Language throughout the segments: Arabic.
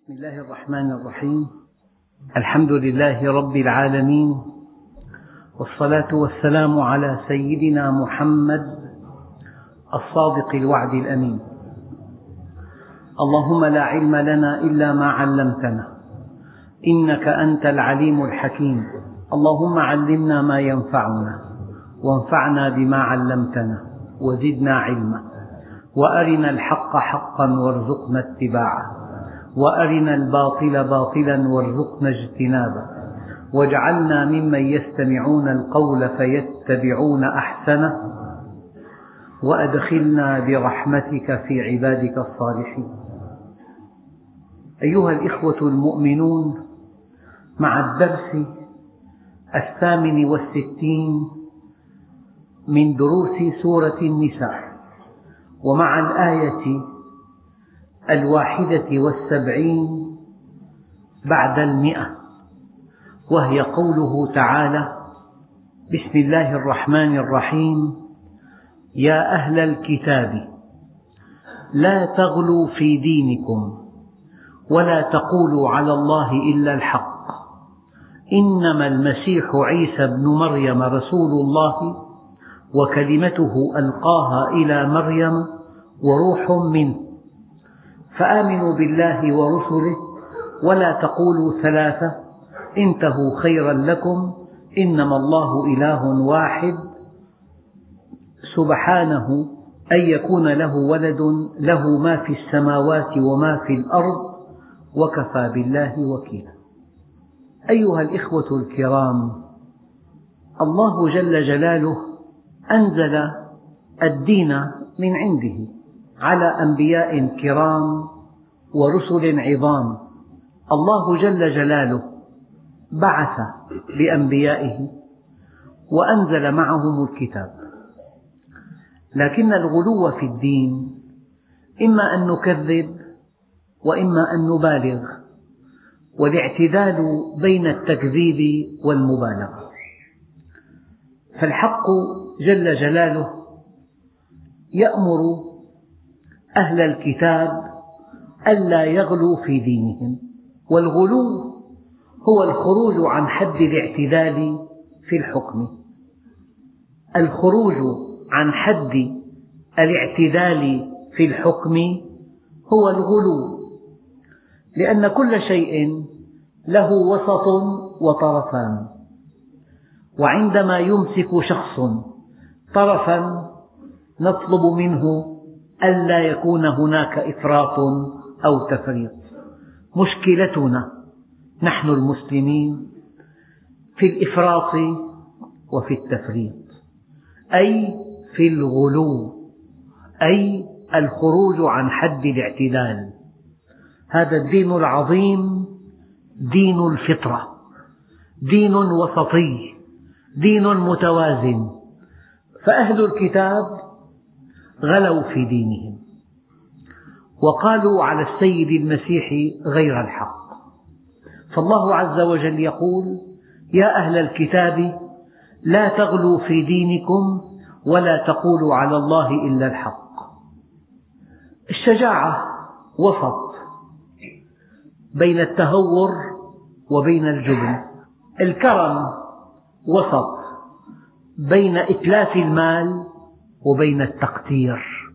بسم الله الرحمن الرحيم. الحمد لله رب العالمين، والصلاة والسلام على سيدنا محمد الصادق الوعد الأمين. اللهم لا علم لنا إلا ما علمتنا، إنك أنت العليم الحكيم. اللهم علمنا ما ينفعنا، وانفعنا بما علمتنا، وزدنا علما، وأرنا الحق حقا وارزقنا اتباعه، وأرنا الباطل باطلا وارزقنا اجتنابه، واجعلنا ممن يستمعون القول فيتبعون أحسنه، وأدخلنا برحمتك في عبادك الصالحين. أيها الإخوة المؤمنون، مع الدرس 68 من دروس سورة النساء، ومع الآية 71 بعد 100، وهي قوله تعالى: بسم الله الرحمن الرحيم. يا أهل الكتاب لا تغلوا في دينكم ولا تقولوا على الله إلا الحق، إنما المسيح عيسى ابن مريم رسول الله وكلمته ألقاها إلى مريم وروح منه، فآمنوا بالله ورسله ولا تقولوا ثلاثة، انتهوا خيرا لكم، إنما الله إله واحد سبحانه أن يكون له ولد، له ما في السماوات وما في الأرض، وكفى بالله وكيلا. أيها الإخوة الكرام، الله جل جلاله أنزل الدين من عنده على أنبياء كرام ورسل عظام. الله جل جلاله بعث بأنبيائه وأنزل معهم الكتاب، لكن الغلو في الدين إما أن نكذب وإما أن نبالغ، والاعتدال بين التكذيب والمبالغة. فالحق جل جلاله يأمر أهل الكتاب ألا يغلوا في دينهم، والغلو هو الخروج عن حد الاعتدال في الحكم. الخروج عن حد الاعتدال في الحكم هو الغلو، لأن كل شيء له وسط وطرفان، وعندما يمسك شخص طرفا نطلب منه ألا يكون هناك إفراط أو تفريط. مشكلتنا نحن المسلمين في الإفراط وفي التفريط، أي في الغلو، أي الخروج عن حد الاعتدال. هذا الدين العظيم دين الفطرة، دين وسطي، دين متوازن. فأهل الكتاب غلوا في دينهم وقالوا على السيد المسيح غير الحق، فالله عز وجل يقول: يا أهل الكتاب لا تغلوا في دينكم ولا تقولوا على الله إلا الحق. الشجاعة وسط بين التهور وبين الجبن، الكرم وسط بين إتلاف المال وبين التقتير.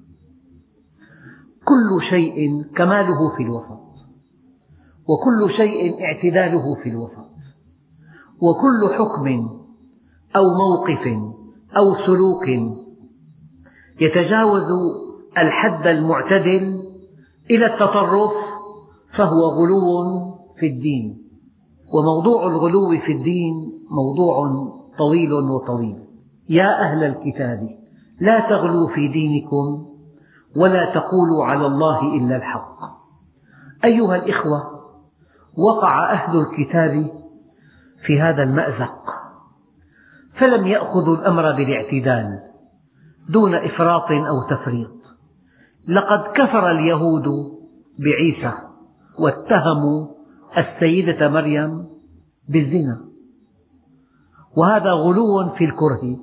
كل شيء كماله في الوسط، وكل شيء اعتداله في الوسط، وكل حكم أو موقف أو سلوك يتجاوز الحد المعتدل إلى التطرف فهو غلو في الدين. وموضوع الغلو في الدين موضوع طويل وطويل. يا أهل الكتاب لا تغلوا في دينكم ولا تقولوا على الله إلا الحق. أيها الإخوة، وقع أهل الكتاب في هذا المأزق، فلم يأخذوا الأمر بالاعتدال دون إفراط أو تفريط. لقد كفر اليهود بعيسى واتهموا السيدة مريم بالزنا، وهذا غلو في الكره.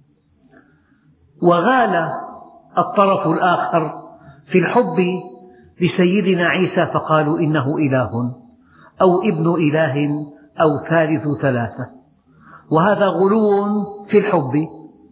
وغال الطرف الآخر في الحب لسيدنا عيسى فقالوا إنه إله أو ابن إله أو ثالث ثلاثة، وهذا غلو في الحب،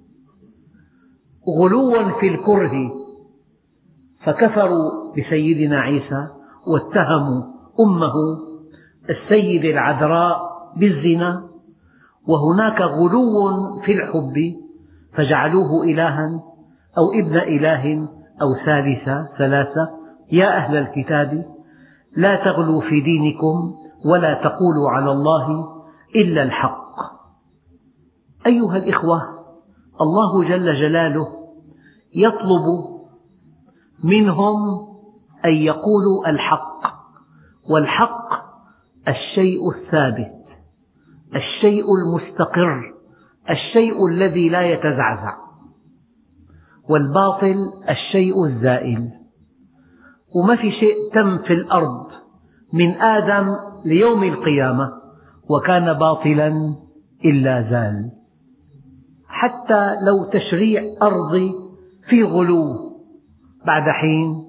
غلو في الكره، فكفروا بسيدنا عيسى واتهموا أمه السيدة العذراء بالزنا، وهناك غلو في الحب فجعلوه إلها أو ابن إله أو ثالث ثلاثة. يا أهل الكتاب لا تغلوا في دينكم ولا تقولوا على الله إلا الحق. أيها الإخوة، الله جل جلاله يطلب منهم أن يقولوا الحق، والحق الشيء الثابت، الشيء المستقر، الشيء الذي لا يتزعزع، والباطل الشيء الزائل. وما في شيء تم في الأرض من آدم ليوم القيامة وكان باطلا إلا زال. حتى لو تشريع أرضي في غلو بعد حين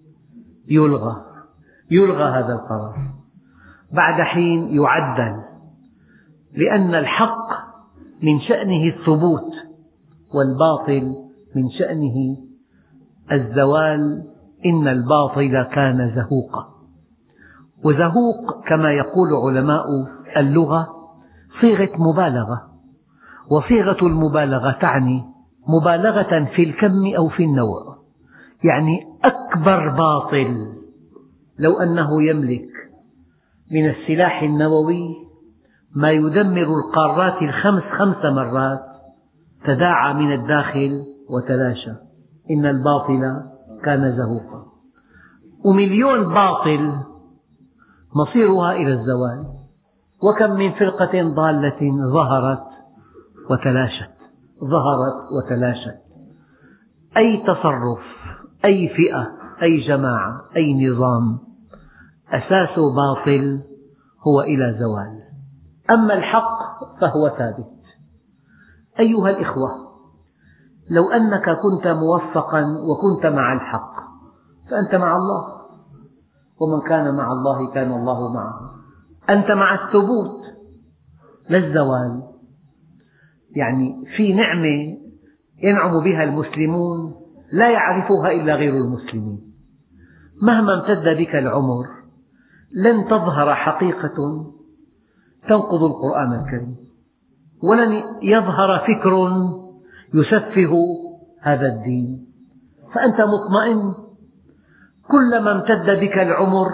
يلغى هذا القرار، بعد حين يعدل، لأن الحق من شأنه الثبوت والباطل من شأنه الزوال. إن الباطل كان زهوقا. وزهوق كما يقول علماء اللغة صيغة مبالغة، وصيغة المبالغة تعني مبالغة في الكم أو في النوع، يعني أكبر باطل. لو أنه يملك من السلاح النووي ما يدمر القارات الخمس 5 مرات، تداعى من الداخل وتلاشى. إن الباطل كان زهوقا. ومليون باطل مصيرها إلى الزوال. وكم من فرقة ضالة ظهرت وتلاشت، ظهرت وتلاشت. أي تصرف، أي فئة، أي جماعة، أي نظام أساسه باطل هو إلى زوال. أما الحق فهو ثابت. أيها الإخوة، لو أنك كنت موفقا وكنت مع الحق فأنت مع الله، ومن كان مع الله كان الله معه. أنت مع الثبوت لا الزوال. يعني في نعمة ينعم بها المسلمون لا يعرفها إلا غير المسلمين. مهما امتد بك العمر لن تظهر حقيقة تنقض القرآن الكريم، ولن يظهر فكر يسفه هذا الدين، فأنت مطمئن. كلما امتد بك العمر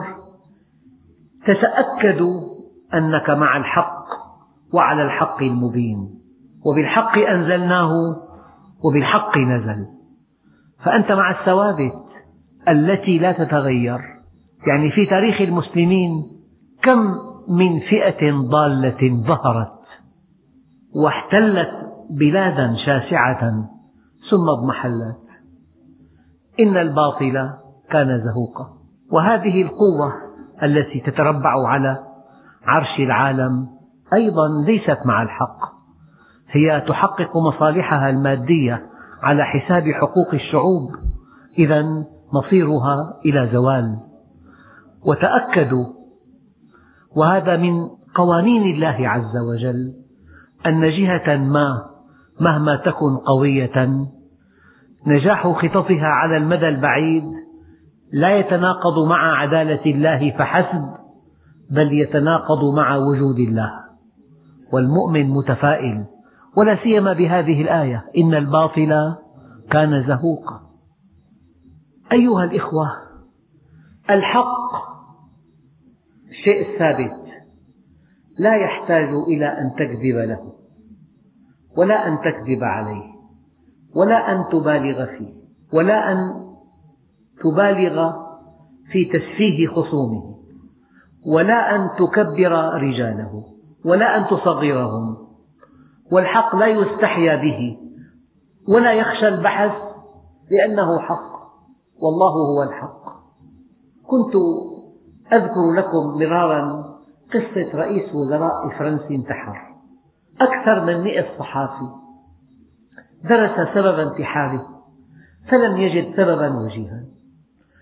تتأكد أنك مع الحق وعلى الحق المبين، وبالحق أنزلناه وبالحق نزل. فأنت مع الثوابت التي لا تتغير. يعني في تاريخ المسلمين كم من فئة ضالة ظهرت واحتلت بلادا شاسعة ثم اضمحلت. إن الباطل كان زهوقا. وهذه القوة التي تتربع على عرش العالم أيضا ليست مع الحق، هي تحقق مصالحها المادية على حساب حقوق الشعوب، إذن مصيرها إلى زوال. وتأكدوا، وهذا من قوانين الله عز وجل، أن جهة ما مهما تكن قوية نجاح خططها على المدى البعيد لا يتناقض مع عدالة الله فحسب، بل يتناقض مع وجود الله. والمؤمن متفائل، ولا سيما بهذه الآية: إن الباطل كان زهوقا. أيها الإخوة، الحق شيء ثابت لا يحتاج إلى أن تكذب له، ولا أن تكذب عليه، ولا أن تبالغ فيه، ولا أن تبالغ في تسفيه خصومه، ولا أن تكبر رجاله، ولا أن تصغرهم. والحق لا يستحيا به ولا يخشى البحث، لأنه حق، والله هو الحق. كنت أذكر لكم مرارا قصة رئيس وزراء فرنسي انتحر. أكثر من 100 صحافي درس سبب انتحاره فلم يجد سببا وجيها،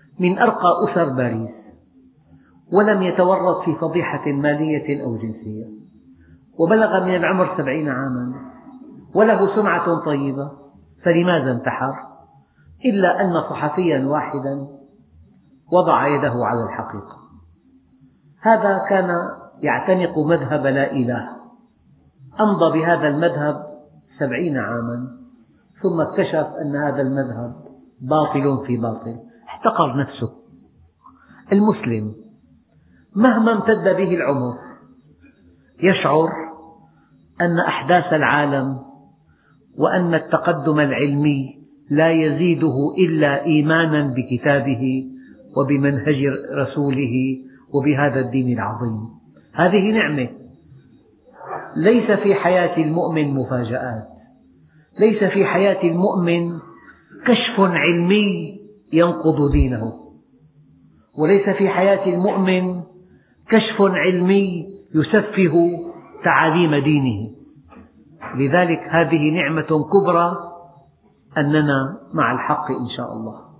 من أرقى أسر باريس، ولم يتورط في فضيحة مالية أو جنسية، وبلغ من العمر 70 عاما وله سمعة طيبة، فلماذا انتحر؟ إلا أن صحفيا واحدا وضع يده على الحقيقة. هذا كان يعتنق مذهب لا إله، أمضى بهذا المذهب 70 عاما، ثم اكتشف أن هذا المذهب باطل في باطل، احتقر نفسه. المسلم مهما امتد به العمر يشعر أن أحداث العالم وأن التقدم العلمي لا يزيده إلا إيمانا بكتابه وبمنهج رسوله وبهذا الدين العظيم. هذه نعمة. ليس في حياة المؤمن مفاجآت، ليس في حياة المؤمن كشف علمي ينقض دينه، وليس في حياة المؤمن كشف علمي يسفه تعاليم دينه. لذلك هذه نعمة كبرى أننا مع الحق إن شاء الله.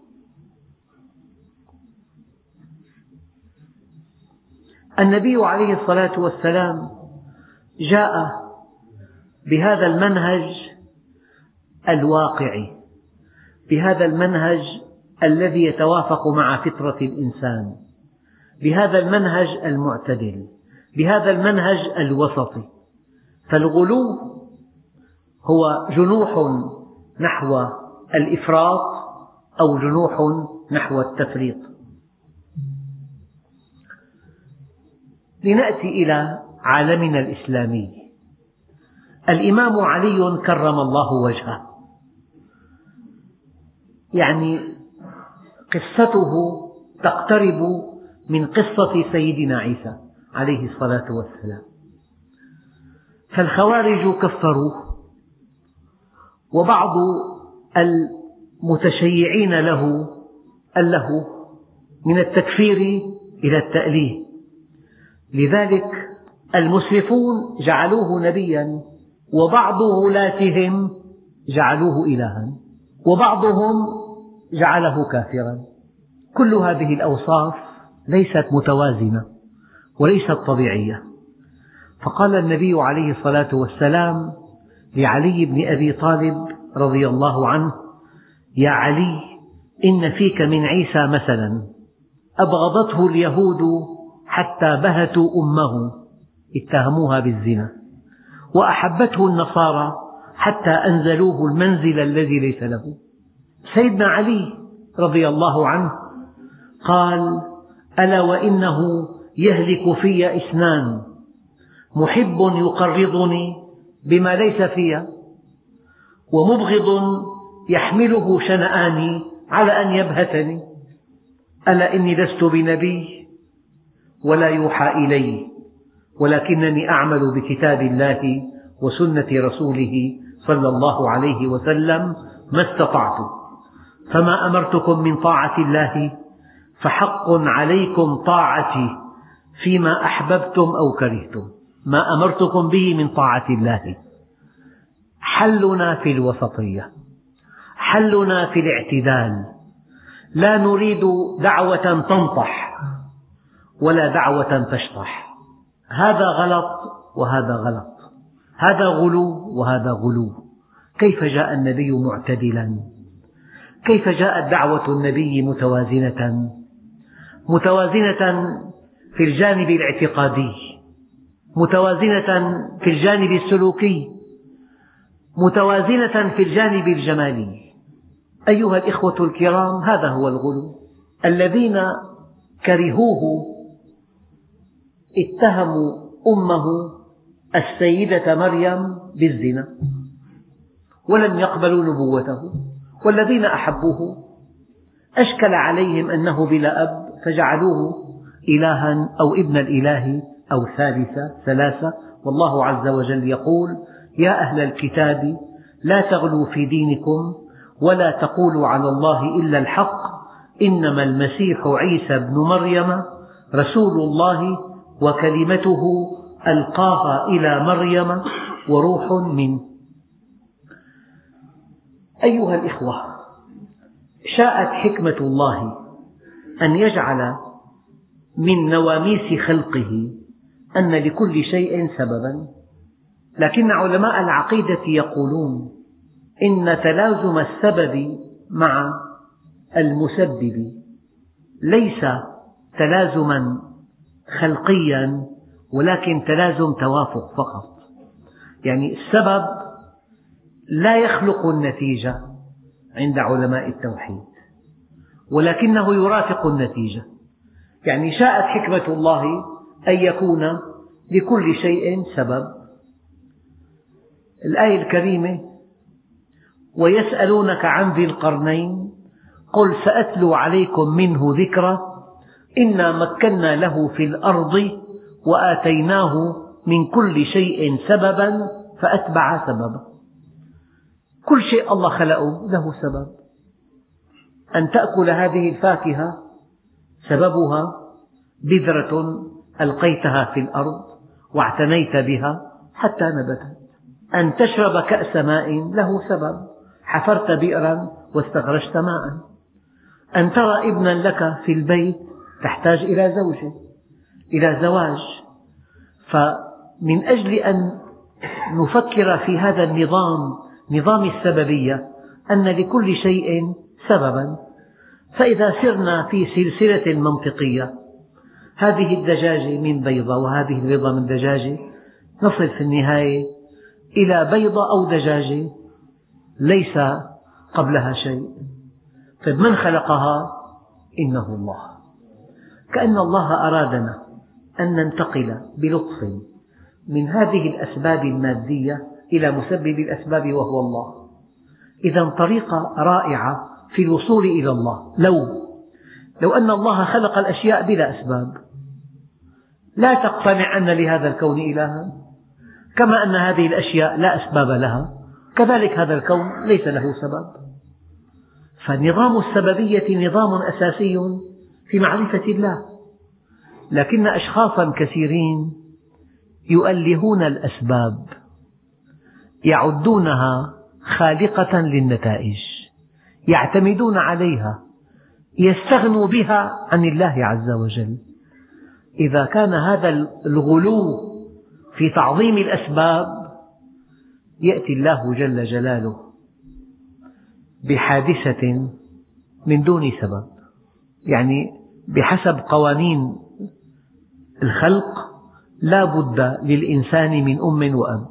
النبي عليه الصلاة والسلام جاء بهذا المنهج الواقعي، بهذا المنهج الذي يتوافق مع فطرة الإنسان، بهذا المنهج المعتدل، بهذا المنهج الوسطي. فالغلو هو جنوح نحو الإفراط أو جنوح نحو التفريط. لنأتي إلى عالمنا الإسلامي. الإمام علي كرم الله وجهه، يعني قصته تقترب من قصة سيدنا عيسى عليه الصلاة والسلام. فالخوارج كفروه، وبعض المتشيعين له قال له من التكفير إلى التأليه. لذلك المسرفون جعلوه نبيا، وبعض غلاتهم جعلوه إلها، وبعضهم جعله كافرا. كل هذه الأوصاف ليست متوازنة وليست طبيعية. فقال النبي عليه الصلاة والسلام لعلي بن أبي طالب رضي الله عنه: يا علي، إن فيك من عيسى مثلا أبغضته اليهود حتى بهتوا أمه اتهموها بالزنا، وأحبته النصارى حتى أنزلوه المنزل الذي ليس له. سيدنا علي رضي الله عنه قال: ألا وإنه يهلك في اثنان، محب يقرضني بما ليس في، ومبغض يحمله شنآني على أن يبهتني. ألا إني لست بنبي ولا يوحى إلي، ولكنني أعمل بكتاب الله وسنة رسوله صلى الله عليه وسلم ما استطعت، فما أمرتكم من طاعة الله فحق عليكم طاعتي فيما أحببتم أو كرهتم. ما أمرتكم به من طاعة الله. حلنا في الوسطية، حلنا في الاعتدال. لا نريد دعوة تنطح ولا دعوة تشطح. هذا غلط وهذا غلط، هذا غلو وهذا غلو. كيف جاء النبي معتدلا؟ كيف جاءت دعوة النبي متوازنة؟ متوازنة في الجانب الاعتقادي، متوازنة في الجانب السلوكي، متوازنة في الجانب الجمالي. أيها الإخوة الكرام، هذا هو الغلو. الذين كرهوه اتهموا أمه السيدة مريم بالزنا ولم يقبلوا نبوته، والذين أحبوه أشكل عليهم أنه بلا أب فجعلوه إلها أو ابن الإله أو ثلاثة. والله عز وجل يقول: يا أهل الكتاب لا تغلوا في دينكم ولا تقولوا على الله إلا الحق، إنما المسيح عيسى ابن مريم رسول الله وكلمته ألقاها إلى مريم وروح منه. أيها الإخوة، شاءت حكمة الله أن يجعل من نواميس خلقه أن لكل شيء سببا، لكن علماء العقيدة يقولون إن تلازم السبب مع المسبب ليس تلازما خلقيا، ولكن تلازم توافق فقط. يعني السبب لا يخلق النتيجة عند علماء التوحيد، ولكنه يرافق النتيجة. يعني شاءت حكمة الله أن يكون لكل شيء سبب. الآية الكريمة: ويسألونك عن ذي القرنين قل سأتلو عليكم منه ذكرا إنا مكنا له في الأرض وآتيناه من كل شيء سببا فأتبع سببا. كل شيء الله خلقه له سبب. أن تأكل هذه الفاكهة سببها بذرة ألقيتها في الأرض واعتنيت بها حتى نبتت. أن تشرب كأس ماء له سبب، حفرت بئرا واستخرجت ماء. أن ترى ابنا لك في البيت تحتاج إلى زوجة، إلى زواج. فمن أجل أن نفكر في هذا النظام، نظام السببية، أن لكل شيء سببا، فإذا سرنا في سلسلة منطقية، هذه الدجاجة من بيضة وهذه البيضة من دجاجة، نصل في النهاية إلى بيضة أو دجاجة ليس قبلها شيء. طيب من خلقها؟ إنه الله. كأن الله أرادنا أن ننتقل بلطف من هذه الأسباب المادية إلى مسبب الأسباب وهو الله. إذا طريقة رائعة في الوصول إلى الله. لو أن الله خلق الأشياء بلا أسباب لا تقتنع أن لهذا الكون إلها، كما أن هذه الأشياء لا أسباب لها، كذلك هذا الكون ليس له سبب. فنظام السببية نظام أساسي في معرفة الله، لكن أشخاصا كثيرين يؤلهون الأسباب، يعدونها خالقة للنتائج، يعتمدون عليها، يستغنوا بها عن الله عز وجل. إذا كان هذا الغلو في تعظيم الأسباب، يأتي الله جل جلاله بحادثة من دون سبب. يعني بحسب قوانين الخلق لا بد للإنسان من أم وأب،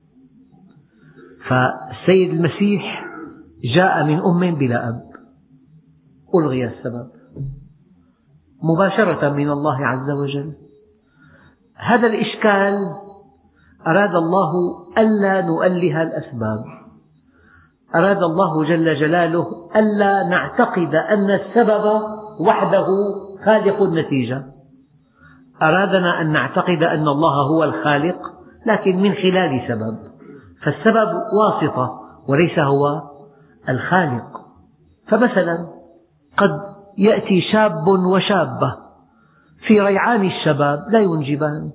فالسيد المسيح جاء من أم بلا أب، ألغي السبب مباشرة من الله عز وجل. هذا الإشكال أراد الله ألا نؤله الأسباب، أراد الله جل جلاله ألا نعتقد أن السبب وحده خالق النتيجة، أرادنا أن نعتقد أن الله هو الخالق لكن من خلال سبب، فالسبب واسطة وليس هو الخالق. فمثلا قد يأتي شاب وشابة في ريعان الشباب لا ينجبان،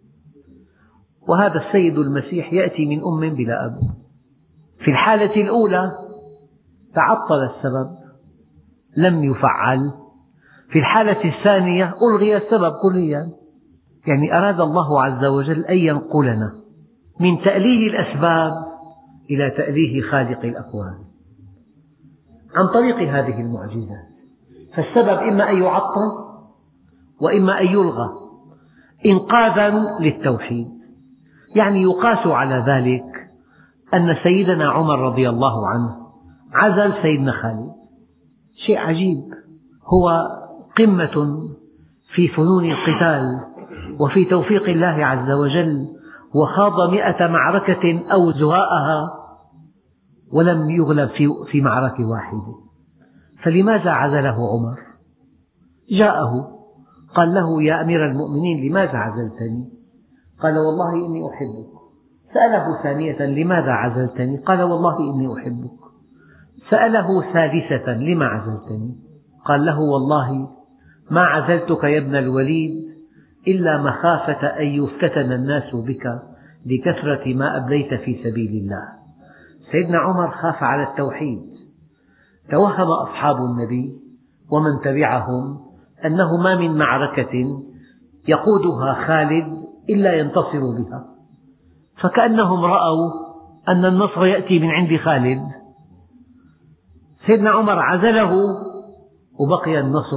وهذا السيد المسيح يأتي من أم بلا أب. في الحالة الأولى تعطل السبب لم يفعل، في الحالة الثانية ألغي السبب كليا. يعني أراد الله عز وجل أن ينقلنا من تأليه الأسباب إلى تأليه خالق الأكوان عن طريق هذه المعجزات. فالسبب إما أن يعطل وإما أن يلغى إنقاذا للتوحيد. يعني يقاس على ذلك أن سيدنا عمر رضي الله عنه عزل سيدنا خالد، شيء عجيب، هو قمة في فنون القتال وفي توفيق الله عز وجل، وخاض 100 معركة أو زهاءها ولم يغلب في معركة واحدة، فلماذا عزله عمر؟ جاءه قال له: يا أمير المؤمنين لماذا عزلتني؟ قال: والله إني أحبك. سأله ثانية: لماذا عزلتني؟ قال: والله إني أحبك. سأله ثالثة: لما عزلتني؟ قال له: والله ما عزلتك يا ابن الوليد إلا مخافة أن يفتتن الناس بك لكثرة ما أبليت في سبيل الله. سيدنا عمر خاف على التوحيد. توهم أصحاب النبي ومن تبعهم أنه ما من معركة يقودها خالد إلا ينتصر بها، فكأنهم رأوا أن النصر يأتي من عند خالد. سيدنا عمر عزله وبقي النصر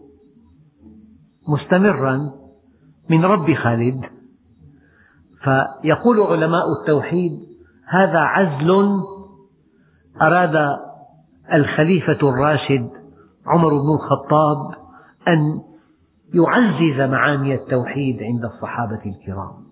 مستمرا من رب خالد. فيقول علماء التوحيد: هذا عزل أراد الخليفة الراشد عمر بن الخطاب أن يعزز معاني التوحيد عند الصحابة الكرام.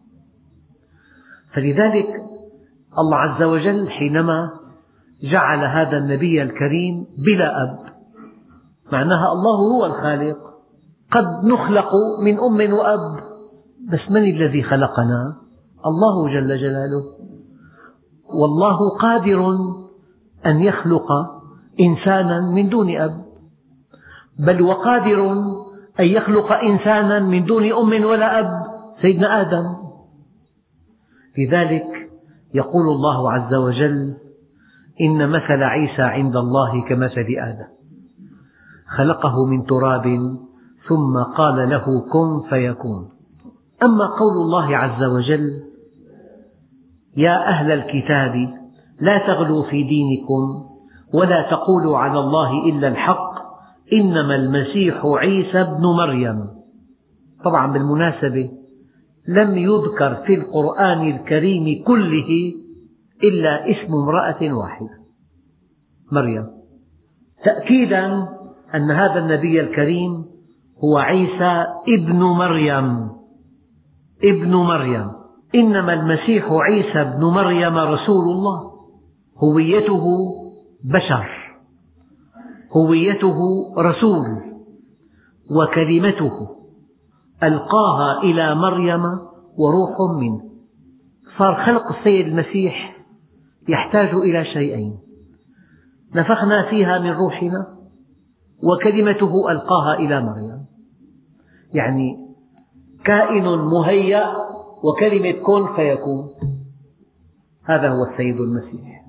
فلذلك الله عز وجل حينما جعل هذا النبي الكريم بلا أب، معناها الله هو الخالق. قد نخلق من أم وأب، بس من الذي خلقنا؟ الله جل جلاله. والله قادر أن يخلق إنسانا من دون أب، بل وقادر أن يخلق إنسانا من دون أم ولا أب، سيدنا آدم. لذلك يقول الله عز وجل: إن مثل عيسى عند الله كمثل آدم خلقه من تراب ثم قال له كن فيكون. أما قول الله عز وجل: يا أهل الكتاب لا تغلوا في دينكم ولا تقولوا على الله إلا الحق إنما المسيح عيسى ابن مريم. طبعا بالمناسبة لم يذكر في القرآن الكريم كله إلا اسم امرأة واحدة، مريم، تأكيدا أن هذا النبي الكريم هو عيسى ابن مريم. ابن مريم، إنما المسيح عيسى ابن مريم رسول الله. هويته بشر، هويته رسول، وكلمته ألقاها إلى مريم وروح منه. صار خلق السيد المسيح يحتاج إلى شيئين: نفخنا فيها من روحنا، وكلمته ألقاها إلى مريم. يعني كائن مهيأ وكلمة كن فيكون. هذا هو السيد المسيح.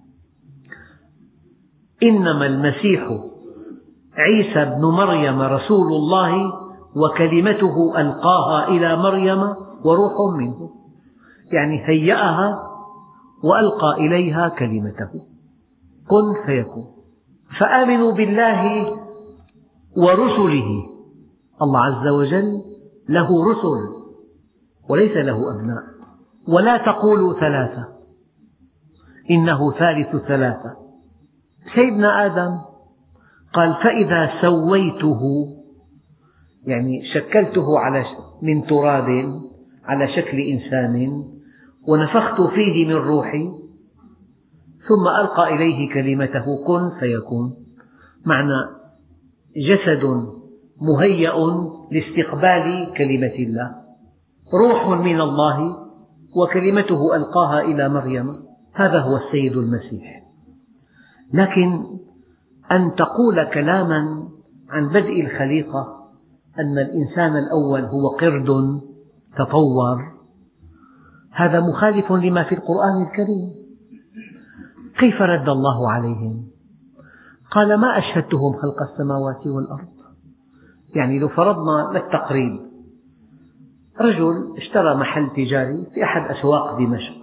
إنما المسيح عيسى ابن مريم رسول الله وكلمته ألقاها إلى مريم وروح منه، يعني هيأها وألقى إليها كلمته كن فيكون. فآمنوا بالله ورسله. الله عز وجل له رسل وليس له أبناء. ولا تقولوا ثلاثة إنه ثالث ثلاثة. سيدنا آدم قال: فإذا سويته، يعني شكلته من تراب على شكل إنسان ونفخت فيه من روحي ثم ألقى إليه كلمته كن فيكون. معنى جسد مهيأ لاستقبال كلمة الله، روح من الله وكلمته ألقاها إلى مريم. هذا هو السيد المسيح. لكن أن تقول كلاما عن بدء الخليقة أن الإنسان الأول هو قرد تطور، هذا مخالف لما في القرآن الكريم. كيف رد الله عليهم؟ قال: ما أشهدتهم خلق السماوات والأرض. يعني لو فرضنا للتقريب رجل اشترى محل تجاري في أحد أسواق دمشق،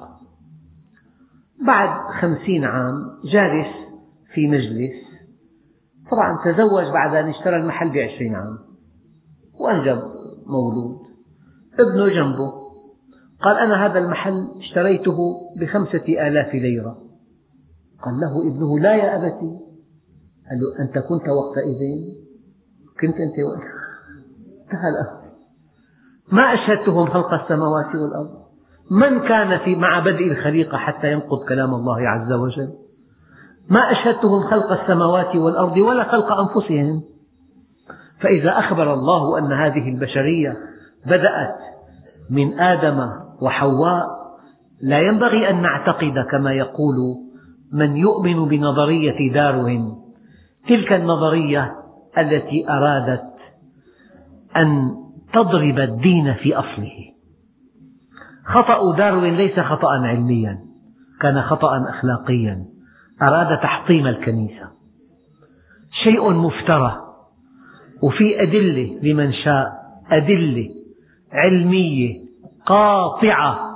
بعد 50 عام جالس في مجلس، طبعا تزوج بعد أن اشترى المحل ب20 عام وأنجب مولود، ابنه جنبه، قال: أنا هذا المحل اشتريته ب5,000 ليرة. قال له ابنه: لا يا أبتي. قال له: أنت كنت وقتئذ؟ كنت أنت وقتئذ؟ تعال، ما أشهدتهم خلق السماوات والأرض. من كان مع بدء الخليقة حتى ينقض كلام الله عز وجل؟ ما أشهدتهم خلق السماوات والأرض ولا خلق أنفسهم. فإذا أخبر الله أن هذه البشرية بدأت من آدم وحواء، لا ينبغي أن نعتقد كما يقول من يؤمن بنظرية داروين، تلك النظرية التي أرادت أن تضرب الدين في أصله. خطأ داروين ليس خطأ علميا، كان خطأ أخلاقيا، أراد تحطيم الكنيسة. شيء مفترى وفي أدلة لمن شاء، أدلة علمية قاطعة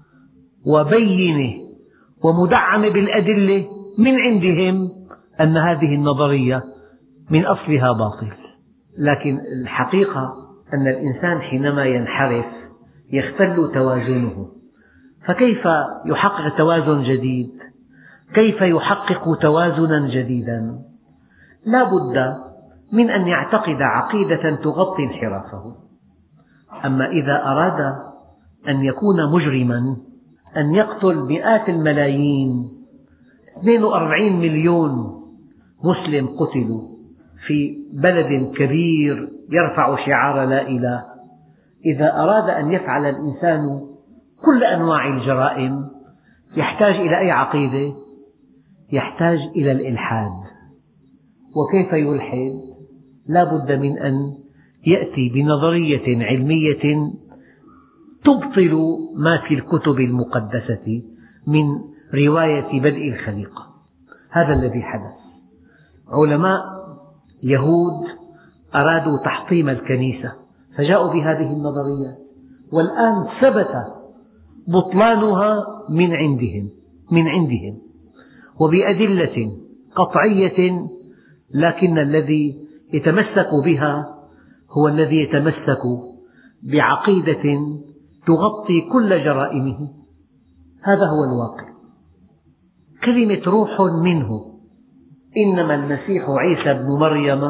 وبينة ومدعمة بالأدلة من عندهم أن هذه النظرية من أصلها باطل. لكن الحقيقة أن الإنسان حينما ينحرف يختل توازنه، فكيف يحقق توازن جديد؟ كيف يحقق توازنا جديدا؟ لا بد من أن يعتقد عقيدة تغطي انحرافه. أما إذا أراد أن يكون مجرما، أن يقتل مئات الملايين، 42 مليون مسلم قتلوا في بلد كبير يرفع شعار لا إله، إذا أراد أن يفعل الإنسان كل أنواع الجرائم يحتاج إلى أي عقيدة؟ يحتاج إلى الإلحاد. وكيف يلحد؟ لا بد من أن يأتي بنظرية علمية تبطل ما في الكتب المقدسة من رواية بدء الخليقة. هذا الذي حدث. علماء يهود أرادوا تحطيم الكنيسة فجاءوا بهذه النظرية، والآن ثبت بطلانها من عندهم وبأدلة قطعية، لكن الذي يتمسك بها هو الذي يتمسك بعقيدة تغطي كل جرائمه. هذا هو الواقع. كلمة روح منه، إنما المسيح عيسى ابن مريم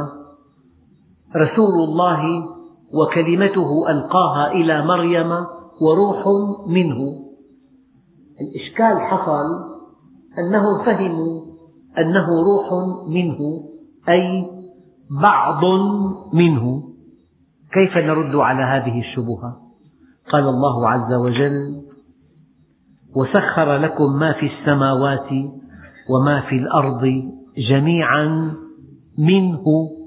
رسول الله وكلمته ألقاها إلى مريم وروح منه. الإشكال حصل أنهم فهموا أنه روح منه أي بعض منه. كيف نرد على هذه الشبهة؟ قال الله عز وجل: وسخر لكم ما في السماوات وما في الأرض جميعا منه.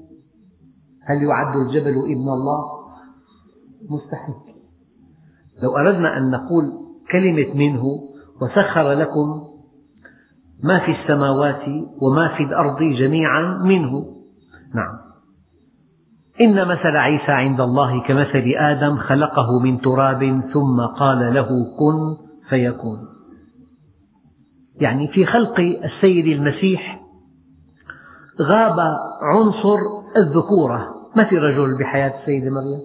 هل يعد الجبل ابن الله؟ مستحيل. لو أردنا أن نقول كلمة منه وسخر لكم ما في السماوات وما في الأرض جميعا منه، نعم. إن مثل عيسى عند الله كمثل آدم خلقه من تراب ثم قال له كن فيكون. يعني في خلق السيد المسيح غاب عنصر الذكورة، ما في رجل بحياة السيدة مريم.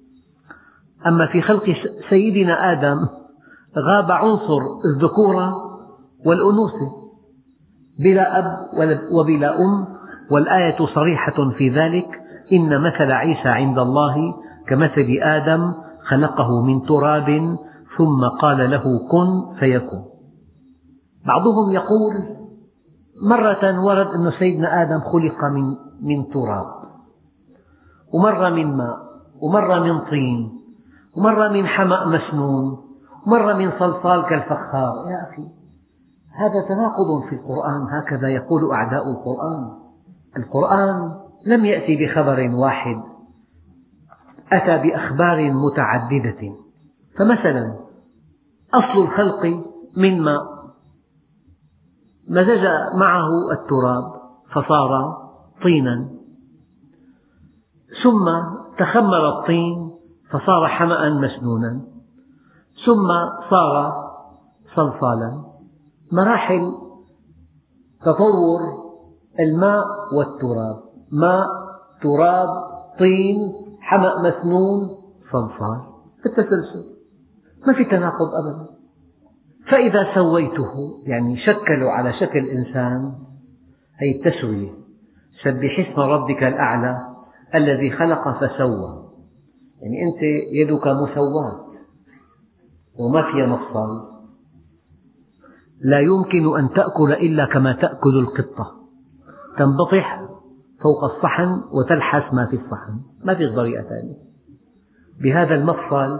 أما في خلق سيدنا آدم غاب عنصر الذكورة والأنوثة، بلا أب وبلا أم، والآية صريحة في ذلك: إن مثل عيسى عند الله كمثل آدم خلقه من تراب ثم قال له كن فيكون. بعضهم يقول مرة ورد أن سيدنا آدم خلق من تراب، ومرة من ماء، ومرة من طين، ومرة من حمأ مسنون، ومرة من صلصال كالفخار. يا أخي، هذا تناقض في القرآن، هكذا يقول أعداء القرآن. القرآن لم يأتي بخبر واحد، أتى بأخبار متعددة. فمثلا أصل الخلق من ماء، مزج معه التراب فصار طينا، ثم تخمر الطين فصار حمأ مسنونا، ثم صار صلصالا. مراحل تطور الماء والتراب: ماء، تراب، طين، حمأ مسنون، صلصال، بالتسلسل، ما في تناقض أبدا. فإذا سويته، يعني شكلوا على شكل إنسان، هي التسوية. سبح اسم ربك الأعلى الذي خلق فسوى، يعني أنت يدك مسواة وما فيها مفصل. لا يمكن أن تأكل إلا كما تأكل القطة، تنبطح فوق الصحن وتلحس ما في الصحن، ما في طريقة ثانية. بهذا المفصل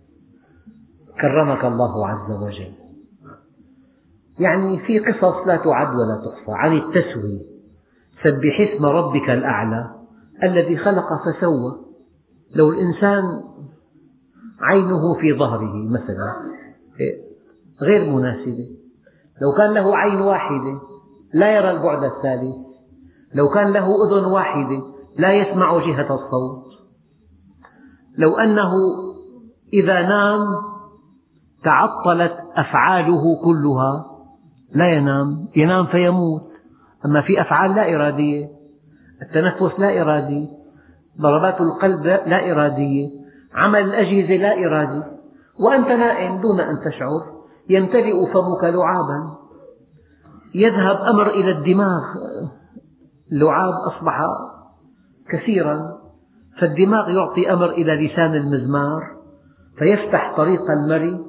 كرمك الله عز وجل. يعني في قصص لا تعد ولا تحصى عن التسوية. سبح اسم ربك الأعلى الذي خلق فسوى. لو الإنسان عينه في ظهره مثلا غير مناسبة، لو كان له عين واحدة لا يرى البعد الثالث، لو كان له أذن واحدة لا يسمع جهة الصوت. لو أنه إذا نام تعطلت أفعاله كلها، لا ينام فيموت. أما في أفعال لا إرادية، التنفس لا إرادي، ضربات القلب لا إرادية، عمل الأجهزة لا إرادي، وأنت نائم دون أن تشعر يمتلئ فمك لعابا، يذهب أمر إلى الدماغ، اللعاب أصبح كثيرا، فالدماغ يعطي أمر إلى لسان المزمار فيفتح طريق المري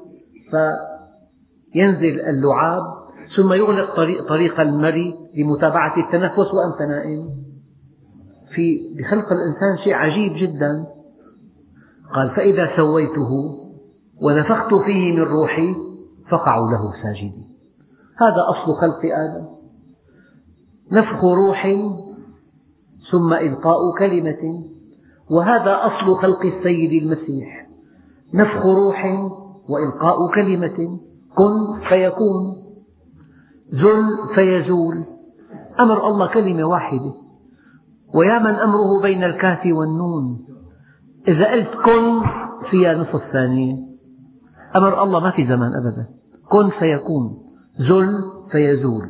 فينزل اللعاب، ثم يغلق طريق المري لمتابعة التنفس وأنت نائم. بخلق الإنسان شيء عجيب جدا. قال: فإذا سويته ونفخت فيه من روحي فقعوا له ساجدين. هذا أصل خلق آدم، نفخ روح ثم إلقاء كلمة، وهذا أصل خلق السيد المسيح، نفخ روح وإلقاء كلمة، كن فيكون، زل فيزول. أمر الله كلمة واحدة، ويا من أمره بين الكاف والنون. إذا قلت كن فيها نصف ثانية، أمر الله ما في زمان أبدا، كن فيكون، زل فيزول.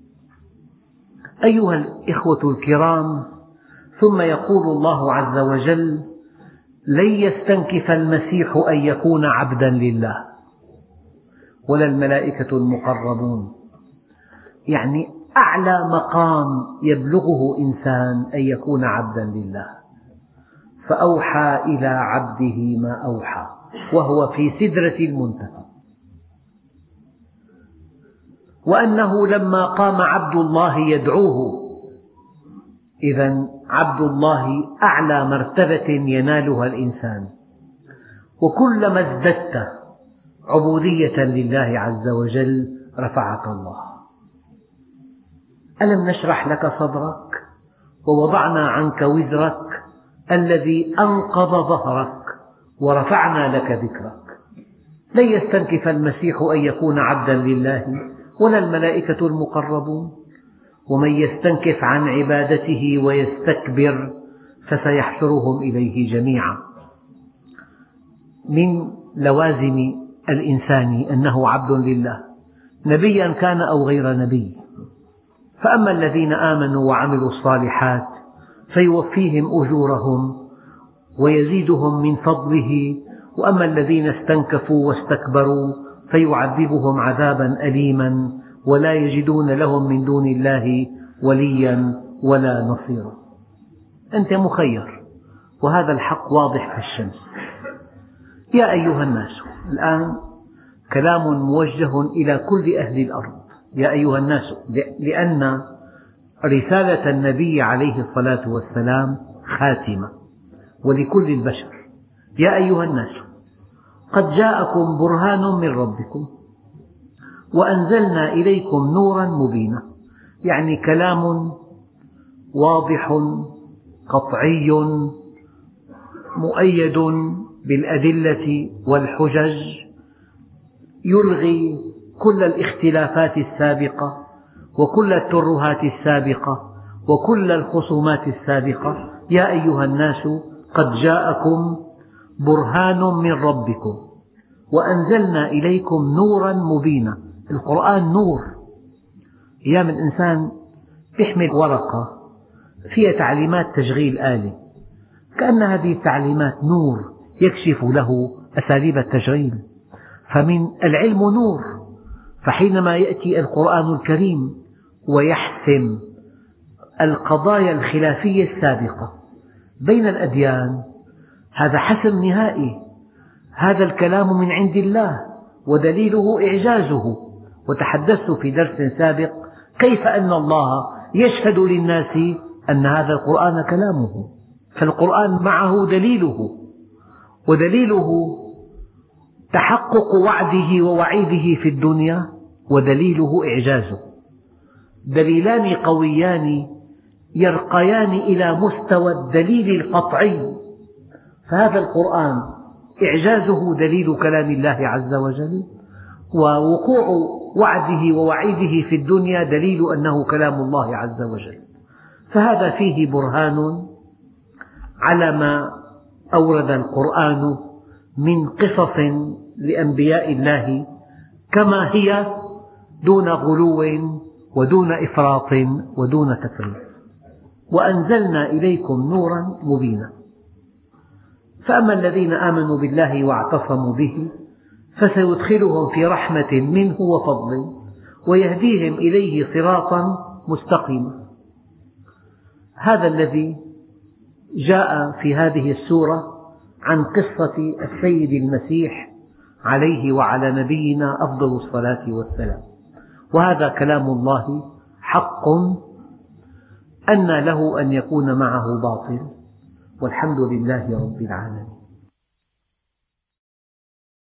أيها الإخوة الكرام، ثم يقول الله عز وجل: لن يستنكف المسيح أن يكون عبدا لله ولا الملائكة المقربون. يعني أعلى مقام يبلغه إنسان أن يكون عبدا لله. فأوحى إلى عبده ما أوحى وهو في سدرة المنتهى، وأنه لما قام عبد الله يدعوه. إذن عبد الله أعلى مرتبة ينالها الإنسان، وكلما ازددت عبودية لله عز وجل رفعك الله. ألم نشرح لك صدرك ووضعنا عنك وزرك الذي أنقض ظهرك ورفعنا لك ذكرك. لن يستنكف المسيح أن يكون عبدا لله ولا الملائكة المقربون، ومن يستنكف عن عبادته ويستكبر فسيحشرهم إليه جميعا. من لوازم الإنسان أنه عبد لله، نبيا كان أو غير نبي. فأما الذين آمنوا وعملوا الصالحات فيوفيهم أجورهم ويزيدهم من فضله، وأما الذين استنكفوا واستكبروا فيعذبهم عذابا أليما ولا يجدون لهم من دون الله وليا ولا نصيرا. أنت مخير، وهذا الحق واضح كالشمس. يا أيها الناس، الآن كلام موجه إلى كل أهل الأرض، يا أيها الناس، لأن رسالة النبي عليه الصلاة والسلام خاتمة ولكل البشر. يا أيها الناس، قد جاءكم برهان من ربكم وأنزلنا إليكم نورا مبينا. يعني كلام واضح قطعي مؤيد بالأدلة والحجج، يلغي كل الاختلافات السابقة وكل الترهات السابقة وكل الخصومات السابقة. يا أيها الناس قد جاءكم برهان من ربكم وأنزلنا إليكم نورا مبينا. القرآن نور. أيام الإنسان يحمل ورقة فيها تعليمات تشغيل آلة، كأن هذه التعليمات نور يكشف له أساليب التشغيل. فمن العلم نور، فحينما يأتي القرآن الكريم ويحسم القضايا الخلافية السابقة بين الأديان، هذا حسم نهائي، هذا الكلام من عند الله ودليله إعجازه. وتحدثت في درس سابق كيف أن الله يشهد للناس أن هذا القرآن كلامه، فالقرآن معه دليله، ودليله تحقق وعده ووعيده في الدنيا، ودليله إعجازه. دليلان قويان يرقيان إلى مستوى الدليل القطعي. فهذا القرآن إعجازه دليل كلام الله عز وجل، ووقوع وعده ووعيده في الدنيا دليل أنه كلام الله عز وجل. فهذا فيه برهان على ما أورد القرآن من قصص لأنبياء الله كما هي، دون غلو ودون إفراط ودون تفريط. وأنزلنا إليكم نورا مبينا. فأما الذين آمنوا بالله واعتصموا به فسيدخلهم في رحمة منه وفضل ويهديهم إليه صراطا مستقيما. هذا الذي جاء في هذه السورة عن قصة السيد المسيح عليه وعلى نبينا أفضل الصلاة والسلام، وهذا كلام الله حق، أنى له أن يكون معه باطل، والحمد لله رب العالمين.